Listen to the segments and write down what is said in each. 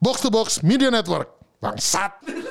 Box to Box Media Network. Bangsat.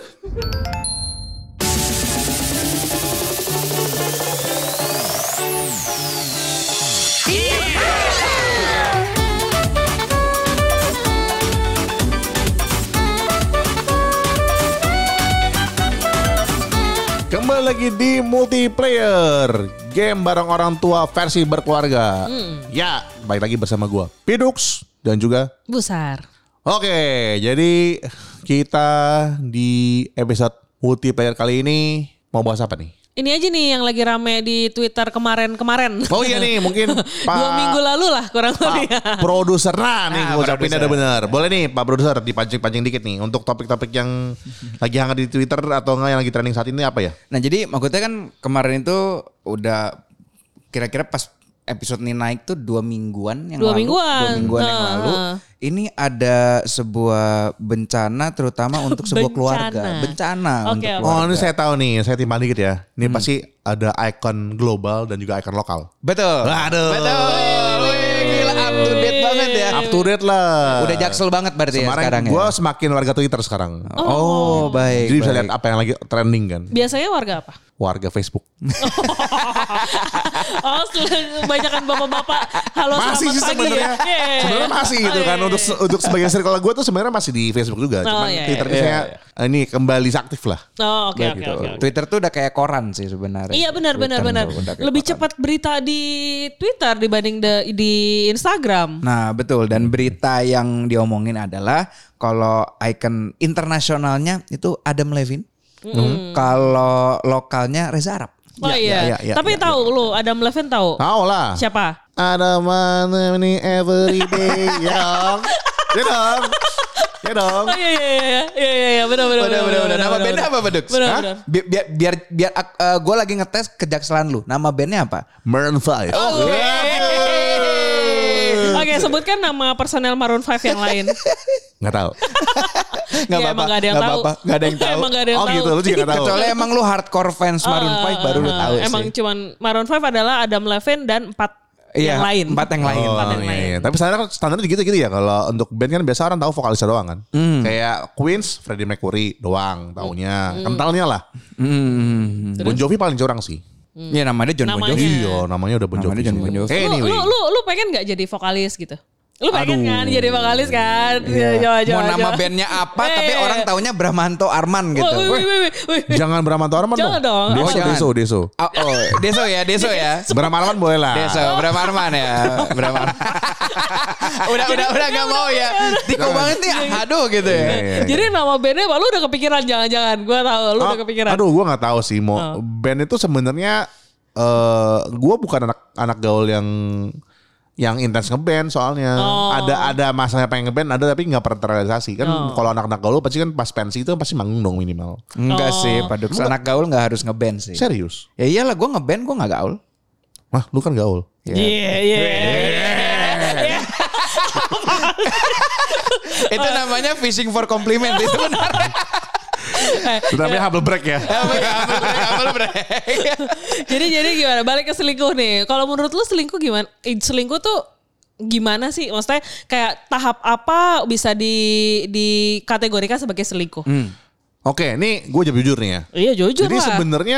Kembali lagi di multiplayer game bareng orang tua versi berkeluarga. Ya, balik lagi bersama gua Pidux dan juga Busar. Oke, jadi kita di episode multiplayer kali ini mau bahas apa nih? Ini aja nih yang lagi rame di Twitter kemarin-kemarin. Oh iya nih, mungkin Pak 2 minggu lalu lah kurang lebih. Produser, nah nih ngucapin produser. ada bener. Boleh nih Pak Produser dipancing-pancing dikit nih untuk topik-topik yang lagi hangat di Twitter atau enggak yang lagi trending saat ini apa ya? Nah jadi maksudnya kan kemarin itu udah kira-kira pas episode ini naik tuh 2 mingguan yang 2 lalu. mingguan. 2 mingguan yang lalu. Ini ada sebuah bencana terutama untuk sebuah keluarga. Bencana Oke, untuk oke. keluarga. Oh ini saya tahu nih, saya timbang dikit ya. Ini pasti ada ikon global dan juga ikon lokal. Betul. Waduh. Betul. Wih, gila up to date banget ya. Up to date lah. Udah jaksel banget berarti ya sekarang ya. Gue semakin warga Twitter sekarang. Oh, baik. Jadi bisa baik. lihat apa yang lagi trending kan. Biasanya warga apa? Warga Facebook. Oh, kebanyakan bapak-bapak. Halo Masih selamat sih pagi sebenarnya. ya. Yeah. Sebenarnya masih gitu kan. Untuk sebagian circle gue tuh sebenarnya masih di Facebook juga. Cuman iya, Twitter iya. saya ini kembali aktif lah. Oh, oke oke Gitu. oke. Twitter tuh udah kayak koran sih sebenarnya. Iya benar. Twitter udah kayak Lebih koran. cepat berita di Twitter dibanding di Instagram. Nah betul, dan berita yang diomongin adalah kalau ikon internasionalnya itu Adam Levine, kalau lokalnya Reza Arab. Oh iya. Tapi tahu lu Adam Levine tahu? Tahu lah. Siapa? Ada mana nih everyday ya dong. Ya dong. Ya dong. Oh iya benar. Nama bandnya apa Bedux? Benar. Biar gue lagi ngetes kejakselan lu. Nama bandnya apa? Maroon 5. Oke, sebutkan nama personel Maroon 5 yang lain. Nggak tahu. Nggak Ya, apa-apa. emang nggak ada yang tahu. Nggak ada yang tahu. Emang nggak ada yang Oh tahu. gitu, lu juga nggak tahu. Kecuali emang lu hardcore fans Maroon 5 baru lu tahu Emang sih. cuman Maroon 5 adalah Adam Levine dan 4 yang lain. 4 yang lain. Empat yang Oh, lain. iya. Tapi standarnya gitu ya. Kalau untuk band kan biasa orang tahu vokalisnya doang kan. Kayak Queens, Freddie Mercury doang taunya. Kentalnya lah. Bon Jovi paling curang sih. Iya namanya John Bon Namanya. Jovi. Iya, namanya udah Bon Jovi. Namanya John Bon Jovi. Anyway. Lu pengen nggak jadi vokalis gitu? Lu pengen kan jadi vokalis kan? Iya. Coba. Mau nama bandnya apa tapi orang taunya Bramanto Arman gitu. Wih. Jangan Bramanto Arman Jangan dong. Oh, jangan. Deso. Oh, Deso ya. Brahma Arman boleh lah. Deso, Brahma Arman ya. Brahma. udah enggak mau ya. Tiko banget nih. Aduh gitu ya. Iya. Jadi nama bandnya apa? Lu udah kepikiran jangan-jangan? Gua tahu lu udah kepikiran. Aduh, gue nggak tahu sih. Mau band itu sebenarnya gue bukan anak gaul yang intens ngeband soalnya. Ada masanya pengen ngeband ada tapi nggak pernah terrealisasi kan. Kalau anak-anak gaul pasti kan pas pensi itu pasti manggung dong minimal. Enggak sih, Pak Dux. Anak gaul enggak harus ngeband sih. Serius? Ya iyalah gue ngeband gue enggak gaul. Wah, lu kan gaul. Iya. Itu namanya fishing for compliment itu benar. Itu namanya humble break ya. Jadi gimana? Balik ke selingkuh nih. Kalau menurut lu selingkuh gimana? Selingkuh tuh gimana sih? Maksudnya kayak tahap apa bisa dikategorikan sebagai selingkuh? Oke, ini gue jujur nih ya. Iya jujur Jadi lah. sebenarnya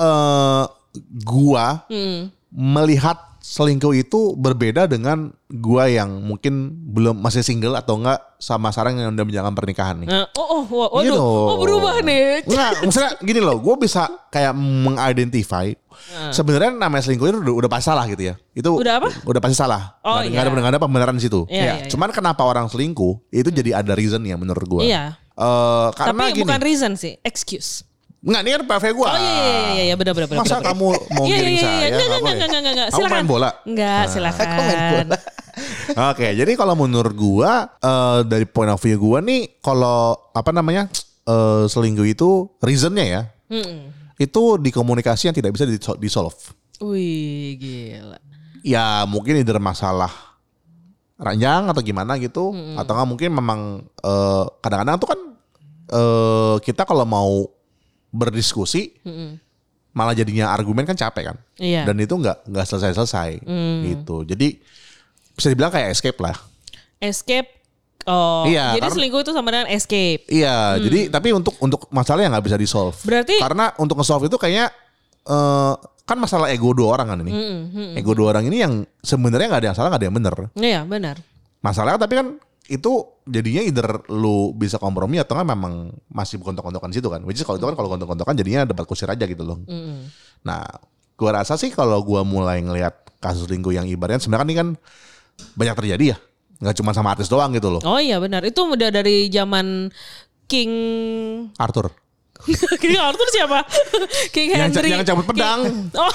gua melihat selingkuh itu berbeda dengan gua yang mungkin belum masih single atau enggak sama Sarang yang udah menjalani pernikahan nih. Waduh. Iya dong. Oh berubah nih. Enggak, maksudnya gini loh, gue bisa kayak mengidentify sebenarnya namanya selingkuh itu udah pasti salah gitu ya. Itu Udah apa? Udah pasti salah. Oh, Nggak ada pembenaran di situ. Iya. Cuman kenapa orang selingkuh itu jadi ada reason ya menurut gue. Iya. Karena Tapi gini. bukan reason sih, excuse. Enggak, ini kan PV gue. Oh iya benar. Masa kamu mau giring saya? Enggak. Kamu Silakan. main bola? Enggak, silakan. Aku main bola. Oke, jadi kalau menurut gua dari point of view gua nih, kalau selingkuh itu reasonnya ya, itu di komunikasi yang tidak bisa disolve. Wih, gila. Ya mungkin either masalah ranjang atau gimana gitu, atau nggak mungkin memang kadang-kadang tuh kan kita kalau mau berdiskusi malah jadinya argumen kan capek kan, Iya. dan itu nggak selesai gitu. Jadi bisa dibilang kayak escape lah. Escape Oh, Iya, jadi selingkuh itu sama dengan escape. Iya, jadi tapi untuk masalah yang nggak bisa di solve. Berarti karena untuk nge-solve itu kayaknya kan masalah ego dua orang kan ini. Ego dua orang ini yang sebenarnya nggak ada yang salah, nggak ada yang benar. Iya benar. Masalahnya tapi kan itu jadinya either lu bisa kompromi atau kan memang masih gontok-gontokan situ kan. Which is kalau itu kan kalau gontok-gontokan jadinya debat kusir aja gitu loh. Nah, gua rasa sih kalau gua mulai ngelihat kasus selingkuh yang ibaratnya sebenarnya kan ini kan banyak terjadi ya. Nggak cuma sama artis doang gitu loh. Oh iya benar. Itu udah dari zaman King Arthur. King Arthur siapa? King Henry. Yang cabut pedang. Oh.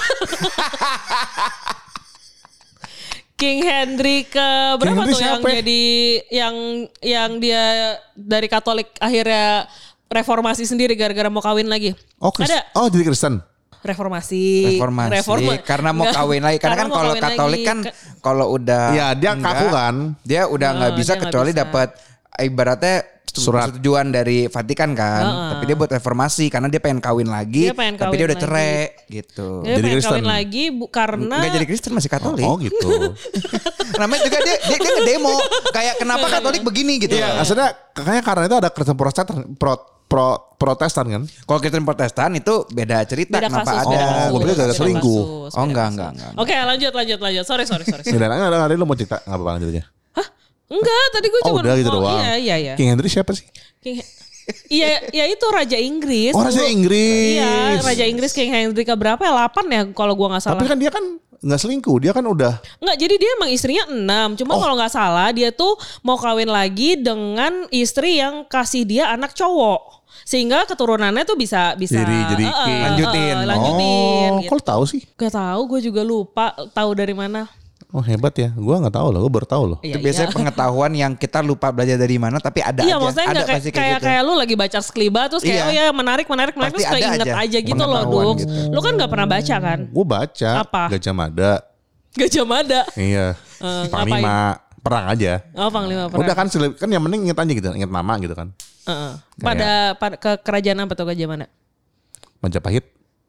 King Henry ke berapa Henry tuh yang siapa? jadi yang dia dari Katolik akhirnya reformasi sendiri gara-gara mau kawin lagi. Ada Jadi Kristen. reformasi. Karena mau kawin lagi. Karena kan mau kalau kawin Katolik lagi. kan kalau udah Iya, dia kaku kan. Dia udah nggak bisa dia nggak kecuali bisa. dapat ibaratnya Surat. persetujuan dari Vatikan kan. Tapi dia buat reformasi karena dia pengen kawin lagi. Dia pengen tapi dia kawin udah cerai gitu. Dia Jadi pengen Kristen. kawin lagi karena Nggak jadi Kristen, masih Katolik. Oh gitu. Namanya juga dia ngedemo kayak kenapa Katolik begini gitu. Iya, maksudnya kayaknya karena itu ada Kristen Protestan kan. Kalau Kristen Protestan itu beda cerita beda kenapa kasus. ada. Oh, gue pikir gara-gara Beda selingkuh. kasus, Oh beda enggak. kasus. Oke, lanjut. Sorry. Udah ada lu mau cerita nggak apa-apa lanjut aja. Enggak, tadi gue cuma Udah gitu doang. Iya. King Henry siapa sih? Iya itu Raja Inggris. Oh, Raja Inggris. Iya, Raja Inggris King Henry ke berapa ya? 8 ya kalau gua nggak salah. Tapi kan dia kan nggak selingkuh, dia kan udah. Enggak, jadi dia emang istrinya 6. Cuma kalau nggak salah dia tuh mau kawin lagi dengan istri yang kasih dia anak cowok. Sehingga keturunannya tuh bisa Jadi lanjutin. lanjutin. Oh, Gitu. kok lu tahu sih? Gak tahu, gue juga lupa tahu dari mana. Oh hebat ya, gue nggak tahu loh, gue baru tahu loh. Iya, Itu biasanya pengetahuan yang kita lupa belajar dari mana tapi ada Iya aja. maksudnya Ada nggak pasti kayak gitu. kayak lu lagi baca skliba terus kayak Iya. oh ya menarik Pasti terus ada keinget aja aja gitu loh pengetahuan Duk. gitu. Lu kan nggak pernah baca kan? Gue baca. Apa? Gajah Mada. Gajah Mada. Iya. Panglima perang aja. Oh Panglima Perang. Udah kan yang penting inget aja gitu, inget nama gitu kan. Pada ke kerajaan apa tuh Gajah Mada? Majapahit.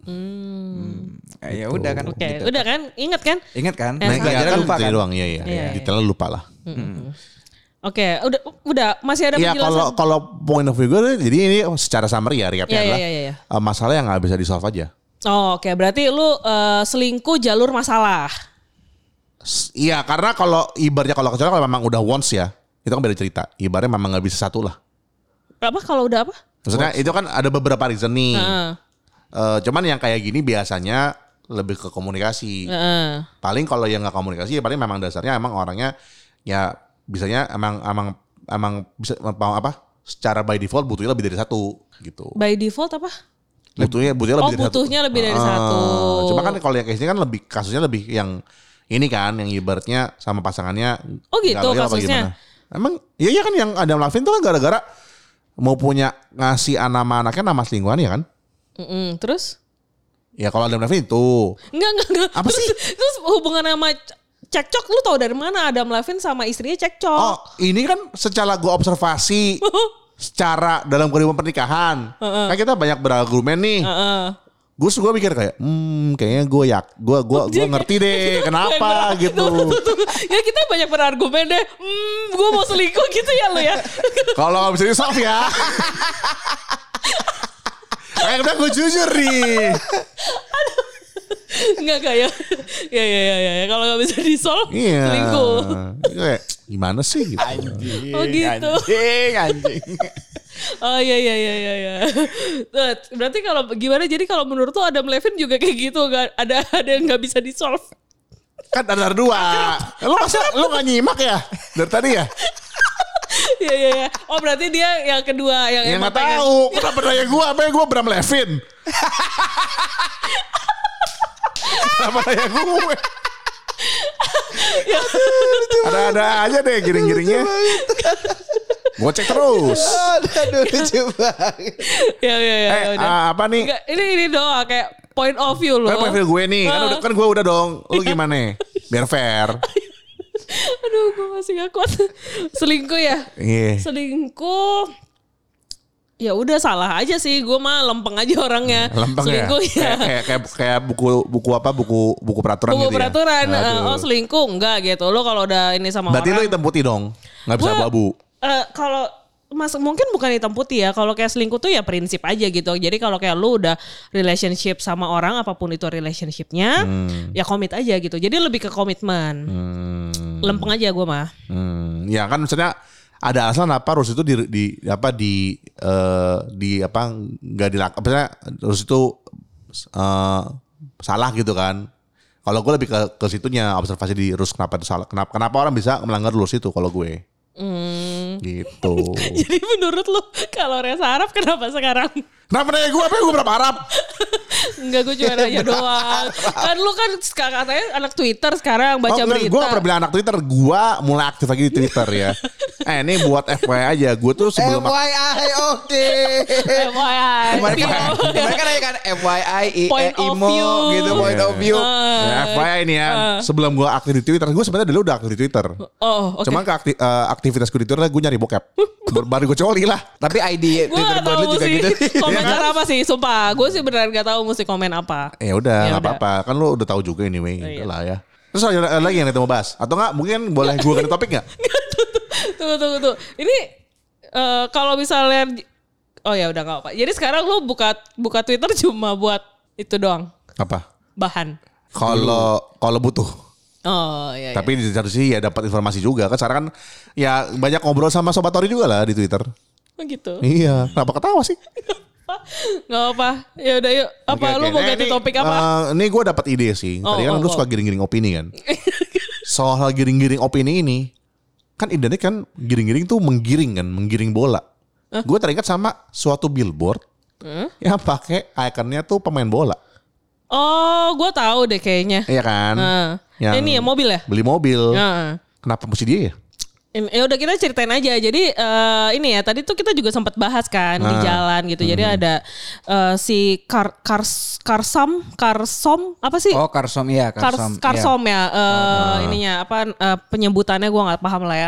Ya udah kan. Oke, gitu. udah kan? Ingat kan? Ingat kan? Nah, Belajarnya kan lupa itu kan? doang, iya. Iya. Detailnya lupa lah. Oke, udah masih ada Iya, penjelasan. kalau point of view gue, jadi ini secara summary ya, recapnya Iya, adalah iya. masalah yang nggak bisa di solve aja. Oh, oke, berarti lu selingkuh jalur masalah. Iya, karena kalau ibaratnya kalau kecuali kalau memang udah once ya, itu kan beda cerita. Ibaratnya memang nggak bisa satu lah. Apa kalau udah apa? Maksudnya itu kan ada beberapa reason nih. Heeh. Cuman yang kayak gini biasanya lebih ke komunikasi. Paling kalau yang nggak komunikasi ya paling memang dasarnya emang orangnya ya bisanya emang bisa apa? Secara by default butuhnya lebih dari satu gitu. By default apa? Butuhnya lebih dari satu. Butuhnya lebih dari satu. Cuma kan kalau yang kayak ini kan lebih kasusnya lebih yang ini kan yang ibaratnya sama pasangannya. Oh gitu nggak loyal apa kasusnya? gimana. Emang iya kan yang Adam Levine tuh kan gara-gara mau punya ngasih nama anaknya nama selingkuhan ya kan? Terus? Ya kalau Adam Levine itu. Enggak. Apa sih? Terus hubungan sama cekcok lu tahu dari mana Adam Levine sama istrinya cekcok? Oh ini kan secara gue observasi secara dalam kehidupan pernikahan. Kan kita banyak berargumen nih. Gue mikir kayak, kayaknya gue ngerti deh kenapa gitu. Ya kita banyak berargumen deh. Gue mau selingkuh gitu ya lu ya. Kalau nggak bisa di solve ya. Kayak udah gue jujur nih. Enggak kayak. Ya. Kalau nggak bisa di solve, Iya. selingkuh. Kayak gimana sih gitu. Oh gitu. Anjing. Oh iya. Berarti kalau gimana? Jadi kalau menurut tuh Adam Levine juga kayak gitu, kan? Ada yang nggak bisa di solve. Kan ada dua. Lu gak nyimak ya dari tadi ya? Iya. Oh berarti dia yang kedua yang Ya emang nggak tahu. Kenapa nanya gue? Apa gue Bram Levine? Kenapa nanya gue? Ada aja deh giring-giringnya. Gue cek terus. Aduh lucu banget. Ya udah. Apa nih? Enggak, ini doang kayak point of view lo. Profil gue nih. Kan gue udah dong. Lu gimana? Biar fair. Aduh, gue masih gak kuat. Selingkuh ya? Iya. Selingkuh. Ya udah salah aja sih. Gue mah lempeng aja orangnya. Lempeng ya? Selingkuh ya. Kayak buku apa? Buku peraturan Buku gitu peraturan. ya? Aduh. Oh selingkuh enggak gitu. Lo kalau udah ini sama Berarti orang. lu hitam putih dong? Gak bisa Gua- abu-abu? kalau mungkin bukan hitam putih ya. Kalau kayak selingkuh tuh ya prinsip aja gitu. Jadi kalau kayak lu udah relationship sama orang apapun itu relationshipnya, ya komit aja gitu. Jadi lebih ke komitmen. Lempeng aja gue mah. Ya kan misalnya ada alasan apa Rus itu nggak dilakukan. Misalnya Rus itu salah gitu kan. Kalau gue lebih ke situnya observasi di Rus kenapa itu salah. Kenapa orang bisa melanggar Rus itu kalau gue. Gitu. Jadi menurut lu kalau Reza Arab kenapa sekarang? Kenapa nanya gue? Apa gue berapa Arab? Enggak, gue cuma nanya doang. Kan lu kan katanya anak Twitter sekarang baca berita. Gue gak pernah bilang anak Twitter. Gue mulai aktif lagi di Twitter ya. Ini buat FYI aja. Gue tuh sebelum FYI oke. FYI. Mereka nanya kan FYI Point of imo view. gitu point of view. Ya, FYI nih ya. Sebelum gue aktif di Twitter. Gue sebenarnya dulu udah aktif di Twitter. Oh, oke. Cuman aktivitas gue di Twitter gue nyari bokep. Baru gue coli lah. Tapi ID Gue Twitter gak baru tahu juga sih gitu. komentar apa sih, sumpah. Gue sih beneran gak tahu mesti komen apa. Ya udah, Ya nggak udah. apa-apa. Kan lu udah tahu juga anyway. Oh, iya. Udah lah ya. Terus ada lagi yang kita mau bahas? Atau nggak? Mungkin boleh gue ganti topik nggak? Tunggu. Ini kalau misalnya, oh ya udah nggak apa. Jadi sekarang lu buka Twitter cuma buat itu doang, Apa? bahan. Kalau butuh. Oh iya. Tapi di satu sisi ya dapat informasi juga kan. Sekarang kan ya banyak ngobrol sama Sobat Tori juga lah di Twitter. Oh gitu. Iya. Kenapa ketawa sih? Nggak apa. Ya udah yuk. Apa Oke. lu mau Nah, ganti ini, topik apa? Ini gue dapat ide sih. Tadi kan lu suka giring-giring opini kan. Soal giring-giring opini ini, kan idenya kan giring-giring tuh menggiring bola. Gue teringat sama suatu billboard yang pakai ikonnya tuh pemain bola. Oh, gue tahu deh kayaknya. Iya kan? Yang Ini ya mobil ya? Beli mobil. Nah. Kenapa mesti dia ya? Ya udah kita ceritain aja. Jadi ini ya tadi tuh kita juga sempat bahas kan di jalan gitu. Jadi ada si Karsom apa sih? Oh Karsom iya Karsom. Karsom ya ininya apa penyebutannya gue nggak paham lah ya.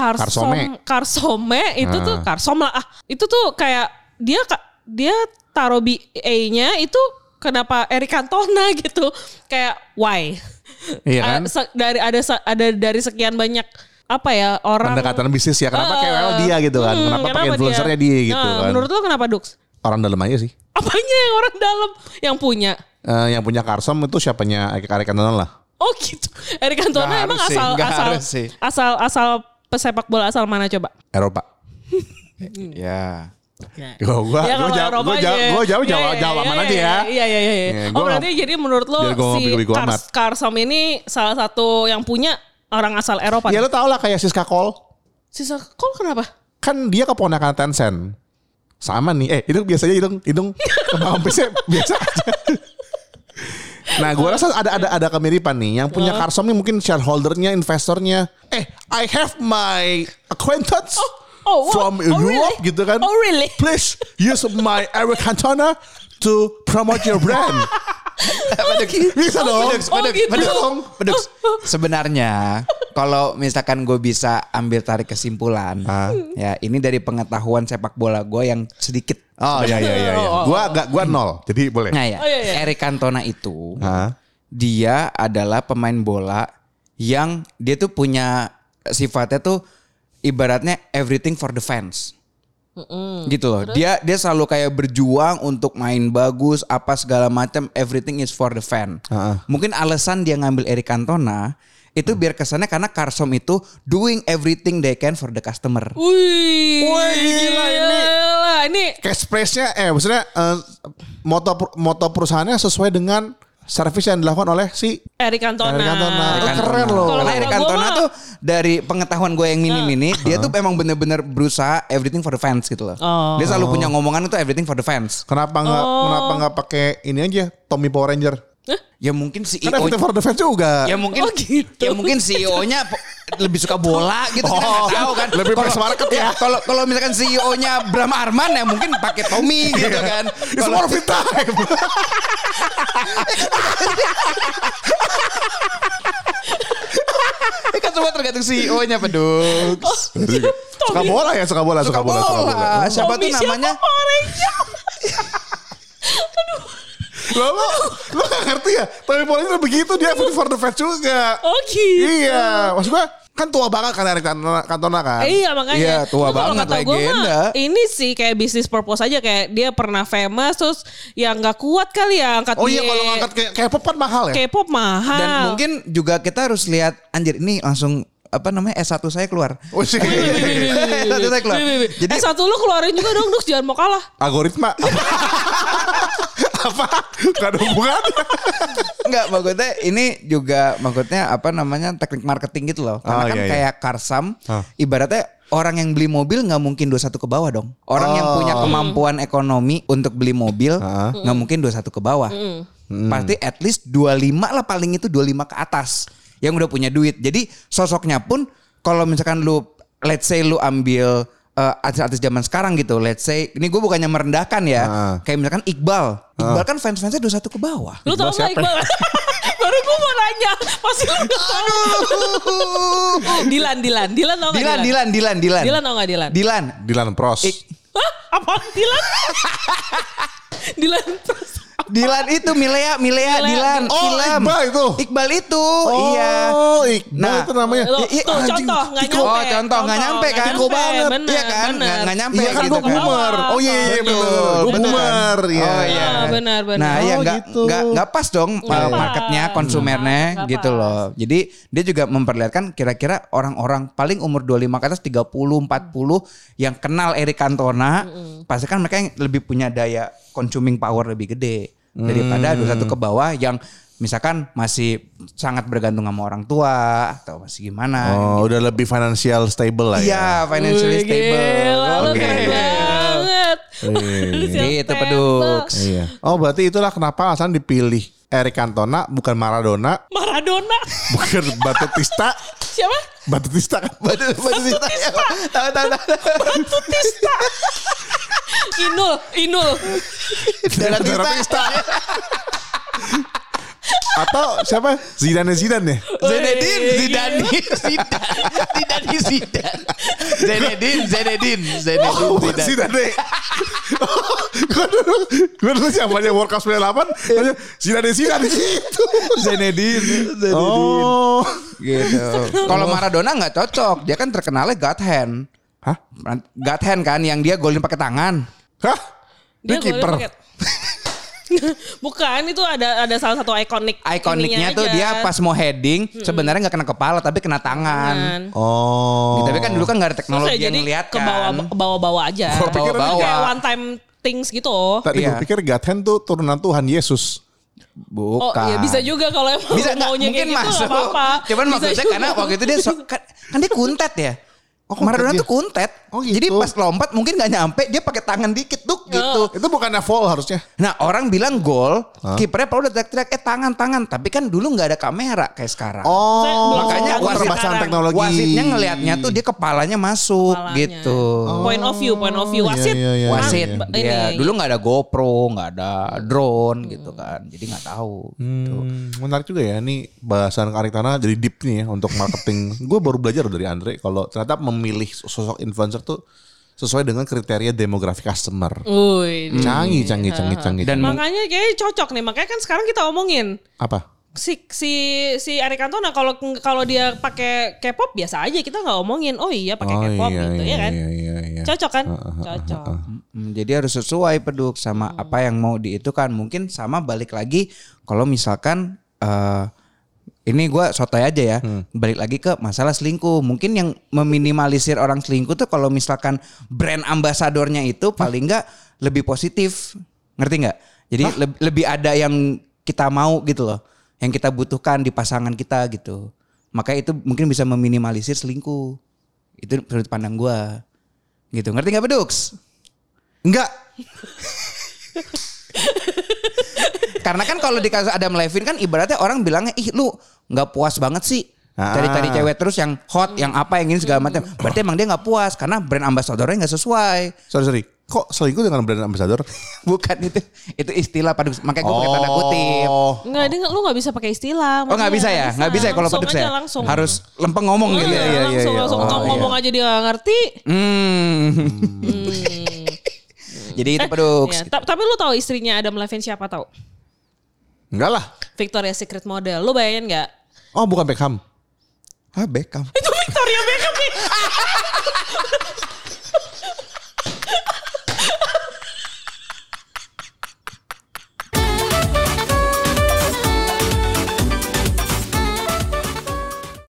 Karsome itu tuh Karsom lah. Itu tuh kayak dia taruh BA-nya itu kenapa Eric Cantona gitu. Kayak why? Iya kan? Dari sekian banyak apa ya orang pendekatan bisnis ya. Kenapa kayak dia gitu kan? Kenapa pakai influencernya dia gitu kan? Menurut lo kenapa Dux? Orang dalam aja sih. Apanya yang orang dalam yang punya? Yang punya Karsom itu siapanya Eric Cantona lah. Oh gitu. Eric Cantona emang asal pesepak bola asal mana coba? Eropa. Ya. Gue jawab mana aja ya. Iya. Oh berarti jadi menurut lo si Karsom ini salah satu yang punya orang asal Eropa. Ya lo tau lah kayak Siska Kol. Siska Kol kenapa? Kan dia keponakan Tencent. Sama nih. Biasanya hidung kembang pisnya biasa aja. Nah gue rasa ada kemiripan nih. Yang punya Karsom nih mungkin shareholdernya, investornya. I have my acquaintance from Europe gitu kan. Oh really? Please use my Eric Cantona to promote your brand. Bisa dong. Beduk. Sebenarnya kalau misalkan gue bisa ambil tarik kesimpulan, ya ini dari pengetahuan sepak bola gue yang sedikit. Oh iya. Gua nol. Jadi boleh. Nah ya, Eric Cantona itu dia adalah pemain bola yang dia tuh punya sifatnya tuh ibaratnya everything for the fans. Gitu loh. Dia selalu kayak berjuang untuk main bagus apa segala macam, everything is for the fan. Mungkin alasan dia ngambil Eric Cantona itu biar kesannya karena Karsom itu doing everything they can for the customer. Wih gila ini cash price-nya maksudnya moto perusahaannya sesuai dengan servis yang dilakukan oleh si Eric Cantona. Keren loh. Karena Eric Cantona tuh dari pengetahuan gue yang mini-mini, dia tuh emang bener-bener berusaha everything for the fans gitu loh. Dia selalu punya ngomongan itu everything for the fans. Kenapa nggak pakai ini aja Tommy Power Ranger? Ya mungkin CEO. Kan everything for the fans juga. Ya mungkin ya mungkin CEO-nya lebih suka bola gitu kita nggak tahu kan. Lebih press market ya. Kalau misalkan CEO-nya Bram Arman ya mungkin pakai Tommy gitu kan. It's more of it time. Kan semua tergantung CEO-nya Peduk. Suka bola. Siapa tuh namanya? Lo gak ngerti ya? Tommy Power Ranger begitu dia everything for the fans juga. Oh gitu. Iya, maksud gue Kan tua banget kan Eric Cantona kan. Iya makanya. Iya, tua Kalau banget, kata gua legenda. mah, ini sih kayak bisnis purpose aja, kayak dia pernah famous terus ya nggak kuat kali ya angkat Oh iya dia. kalau ngangkat K-pop kan mahal ya. K-pop mahal. Dan mungkin juga kita harus lihat anjir ini langsung apa namanya S1 saya keluar. Oh sih. S1 saya keluar. Jadi satu lu keluarin juga dong, Dux, jangan mau kalah. Algoritma. Apa? Gak ada hubungannya. enggak maksudnya ini juga maksudnya apa namanya teknik marketing gitu loh. Karena kan kayak Karsam ibaratnya orang yang beli mobil nggak mungkin 21 ke bawah dong. Orang yang punya kemampuan ekonomi untuk beli mobil nggak mungkin 21 ke bawah. Pasti at least 25 lah paling itu 25 ke atas yang udah punya duit. Jadi sosoknya pun kalau misalkan lu let's say lu ambil artis-artis zaman sekarang gitu. Let's say ini gue bukannya merendahkan ya. Kayak misalkan Iqbal. Iqbal kan fans-fansnya 21 ke bawah. Lu tau gak Iqbal? Baru gue mau nanya. Pasti lu udah tahu. Dilan tau gak Dilan. Dilan tau gak Dilan? Dilan Pros. Hah? Apaan Dilan? Dilan Pros. Dilan itu Milea Dilan. Oh film. Iqbal itu. Iya. Oh Iqbal itu namanya. Tuh, contoh gak nyampe. Oh contoh gak nyampe kan. Tiko banget. Iya kan gak nyampe. Iya kan gitu gue boomer. Oh iya bener. Gue boomer. Iya. Oh iya. Benar. Nah ya gitu. gak pas dong marketnya konsumernya Nggak gitu pas. loh. Jadi dia juga memperlihatkan kira-kira orang-orang paling umur 25 ke atas 30, 40 yang kenal Eric Cantona. Pasti kan mereka yang lebih punya daya consuming power lebih gede. Daripada 21 ke bawah yang misalkan masih sangat bergantung sama orang tua atau masih gimana. Oh udah lebih financial stable lah ya. Iya, financially stable. Lu keren banget. Itu Pedux. Iya. Oh berarti itulah kenapa alasan dipilih Eric Cantona bukan Maradona, bukan Batutista. Siapa? Batutista kan? Batutista. Batutista. Inul. Batutista. Atau siapa? Zidane ya? Zinedine Zidane. Gue dulu siapanya World Cup 98 Zidane gitu. Zinedine. Oh Gitu. Kalau Maradona nggak cocok, dia kan terkenalnya God hand. Hah? God hand kan yang dia golin pakai tangan. Hah? Dia Dia kiper. Bukan, itu ada salah satu Ikoniknya tuh dia pas mau heading sebenarnya nggak kena kepala tapi kena tangan. Oh. Tapi kan dulu kan nggak ada teknologi yang jadi ngeliat ke bawah-bawah aja. Gua pikir Kayak one time things gitu. Tadi gue Iya. pikir Gathen tuh turunan Tuhan Yesus. Oh Bukan. ya bisa juga kalau emang Bisa nggak? maunya Mungkin kayak gitu masuk. nggak apa-apa. Cuman Bisa maksudnya juga. karena waktu itu dia kan dia kuntet ya. Maradona dia? tuh kuntet. Oh, gitu. Jadi pas lompat mungkin nggak nyampe, dia pakai tangan dikit tuh gitu. Itu bukannya foul harusnya. Nah orang bilang gol, kipernya perlu udah teriak-teriak tangan. Tapi kan dulu nggak ada kamera kayak sekarang. Oh, Makanya keterbatasan sekarang. teknologi. Wasitnya ngelihatnya tuh dia kepalanya masuk Kepalanya. gitu. Point of view. Wasit. iya, Wasit, Ini. ya dulu nggak ada GoPro, nggak ada drone gitu kan, jadi nggak tahu. Gitu. Menarik juga ya, ini bahasan Eric Cantona jadi deep nih ya untuk marketing. Gue baru belajar dari Andre kalau ternyata memilih sosok influencer tuh sesuai dengan kriteria demografi customer. Canggih. Dan Makanya kayaknya cocok nih. Makanya kan sekarang kita omongin Apa? si Eric Cantona kalau dia pakai K-pop biasa aja, kita nggak omongin. Oh iya pakai K-pop gitu ya kan. Iya. Cocok kan? Cocok. jadi harus sesuai Peduk sama apa yang mau itu kan. Mungkin sama balik lagi kalau misalkan ini gue sotoy aja ya. Balik lagi ke masalah selingkuh. Mungkin yang meminimalisir orang selingkuh tuh kalau misalkan brand ambasadornya itu paling nggak lebih positif. Ngerti nggak? Jadi lebih ada yang kita mau gitu loh. Yang kita butuhkan di pasangan kita gitu. Maka itu mungkin bisa meminimalisir selingkuh. Itu sudut pandang gue. Gitu. Ngerti nggak Pedux? Enggak. Karena kan kalau di kasus Adam Levine kan ibaratnya orang bilangnya ih lu nggak puas banget sih cari-cari cewek terus yang hot, yang apa, yang ini segala macam. Berarti emang dia nggak puas karena brand ambassadornya nggak sesuai. Sorry. Kok selingkuh dengan brand ambassador? Bukan itu istilah pada makanya gue pakai tanda kutip. Nggak, lu nggak bisa pakai istilah. Oh nggak bisa ya? Nggak bisa ya kalau Langsung peduk aja, saya? langsung. Harus lempeng ngomong gitu ya? Langsung ngomong aja dia nggak ngerti. Jadi itu peduk. Ya, tapi lu tahu istrinya Adam Levine siapa tahu? Enggak lah. Victoria's Secret model. Lu bayangin nggak? Oh bukan Beckham. Beckham. Itu Victoria Beckham nih.